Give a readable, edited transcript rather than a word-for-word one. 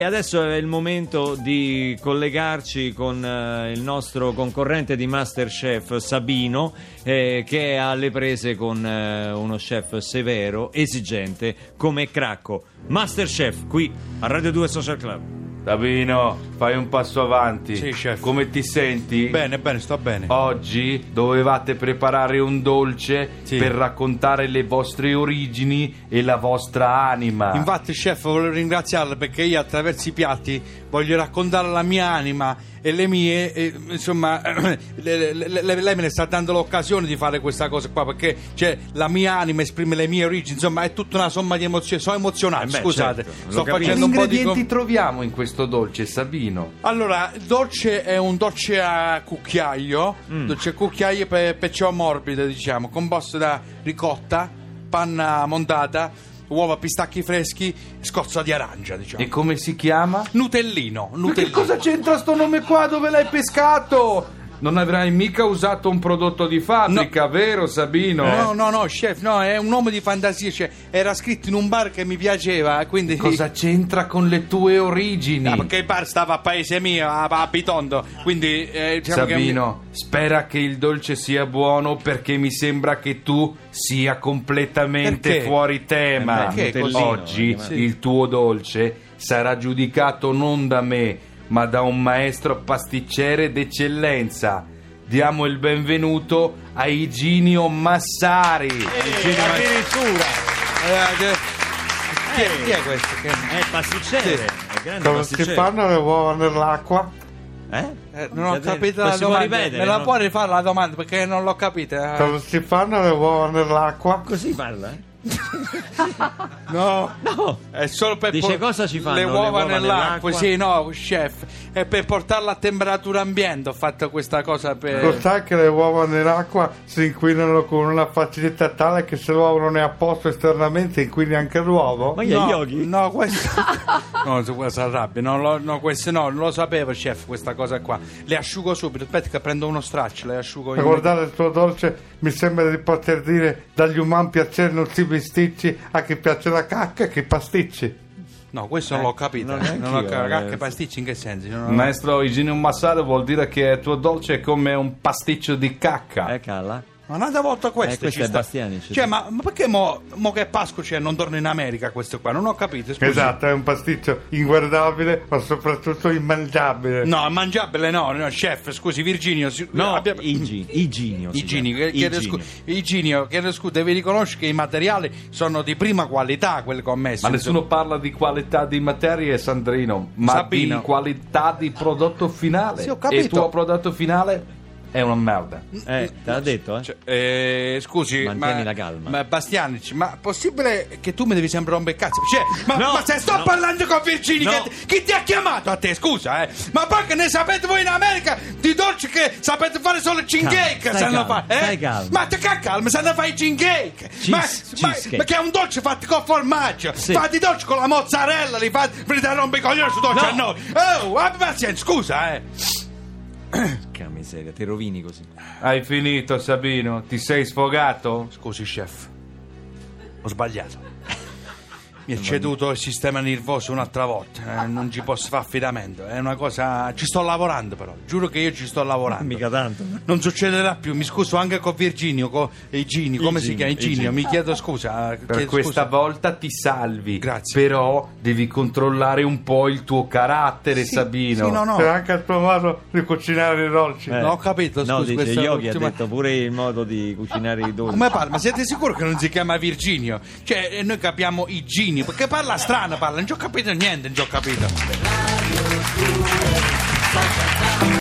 E adesso è il momento di collegarci con il nostro concorrente di Masterchef, Sabino, che è alle prese con uno chef severo, esigente, come Cracco. Masterchef, qui a Radio 2 Social Club. Sabino, fai un passo avanti. Sì, chef. Come ti senti? Bene, sto bene. Oggi dovevate preparare un dolce per raccontare le vostre origini e la vostra anima. Infatti, chef, volevo ringraziarla perché io attraverso i piatti voglio raccontare la mia anima e le mie, insomma, lei me ne sta dando l'occasione di fare questa cosa qua, perché cioè, la mia anima esprime le mie origini, insomma, è tutta una somma di emozioni. Sono emozionato, scusate. Certo, sto facendo Che un po' ingredienti troviamo in questo dolce, Sabino? Allora, il dolce è un dolce a cucchiaio, dolce a cucchiaio per peccio morbido, diciamo, composto da ricotta, panna montata, uova, pistacchi freschi, scorza di arancia, diciamo. E come si chiama? Nutellino. Ma che cosa c'entra sto nome qua? Dove l'hai pescato? Non avrai mica usato un prodotto di fabbrica, vero Sabino? No, chef, no, è un nome di fantasia, cioè, era scritto in un bar che mi piaceva, quindi... Cosa c'entra con le tue origini? No, perché il bar stava a paese mio, a Bitondo, quindi... diciamo Sabino, spera che il dolce sia buono, perché mi sembra che tu sia completamente Perché? fuori tema. Perché così? Oggi il tuo dolce sarà giudicato non da me, ma da un maestro pasticcere d'eccellenza. Diamo il benvenuto a Iginio Massari. Addirittura! Chi è questo? È pasticcere, è grande Come si pasticcere. fanno le uova nell'acqua? Non ho capito la si può domanda. ripetere, Me la no? puoi rifare la domanda perché non l'ho capita? Come si fanno le uova nell'acqua? Così parla, No, No. è solo per Dice cosa ci fanno le uova nell'acqua. nell'acqua? Sì, no, chef, è per portarla a temperatura ambiente. Ho fatto questa cosa per... Lo sai che le uova nell'acqua si inquinano con una facilità tale che se l'uovo non è a posto esternamente inquini anche l'uovo? Ma gli yogi? No, questo no, su questa rabbia. Questo non lo sapevo, chef, questa cosa qua. Le asciugo subito. Aspetta che prendo uno straccio, le asciugo A io. guardare il tuo dolce mi sembra di poter dire dagli umani piacere non si bisticci a chi piace la cacca e chi pasticci. No, questo non l'ho capito. non Non ho neanch'io, capito. Che pasticci in che senso? Maestro Iginio Massari, vuol dire che il tuo dolce è come un pasticcio di cacca. Calla. Ma un'altra volta questo questo ci è sta. Bastianic. Cioè, ma perché mo che è Pasqua, cioè, non torna in America questo qua? Non ho capito, scusi. Esatto, è un pasticcio inguardabile ma soprattutto immangiabile. No, mangiabile no, chef, scusi, Virginio. No, Iginio. Iginio, chiedo scusa, devi riconoscere che i materiali sono di prima qualità, quelli che ho messo. Ma nessuno parla di qualità di materie, Sandrino, ma Sabino. di qualità di prodotto finale. Sì, ho capito. E il tuo prodotto finale è una merda. Te l'ha detto, Scusi, Mantieni la calma. Ma Bastianic, ma possibile che tu mi devi sempre rompere il cazzo? Cioè, No, ma se sto no. parlando con Virginia, No. chi ti ha chiamato a te? Scusa, Ma poi che ne sapete voi in America di dolci che sapete fare solo il cheesecake? Stai sanno calmo, fare, stai calmo. Ma te che calma, sanno fare i cheesecake. Cheesecake. Ma che è un dolce fatto con formaggio. Sì. Fate i dolci con la mozzarella, li fate, venite a rompere i coglioni su dolci No. a noi. Oh, abbi pazienza, scusa, Che miseria, ti rovini così. Hai finito, Sabino? Ti sei sfogato? Scusi, chef, ho sbagliato. Mi è ceduto il sistema nervoso un'altra volta. Non ci posso fare affidamento. È una cosa. Ci sto lavorando, però. Giuro che io ci sto lavorando. Mica tanto. Non succederà più. Mi scuso anche con Virginio, con Iginio. Come si chiama? Iginio. Mi chiedo scusa. Per questa volta ti salvi. Grazie. Però devi controllare un po' il tuo carattere, Sì, Sabino. sì, no. C'è anche il tuo modo di cucinare i dolci. Non ho capito, No, scusi, dice questa Yogi ultima- ha detto pure il modo di cucinare i dolci. Come parla? Ma siete sicuri che non si chiama Virginio? Cioè, noi capiamo Iginio. Perché parla strano, parla. Non ci ho capito niente, non ci ho capito.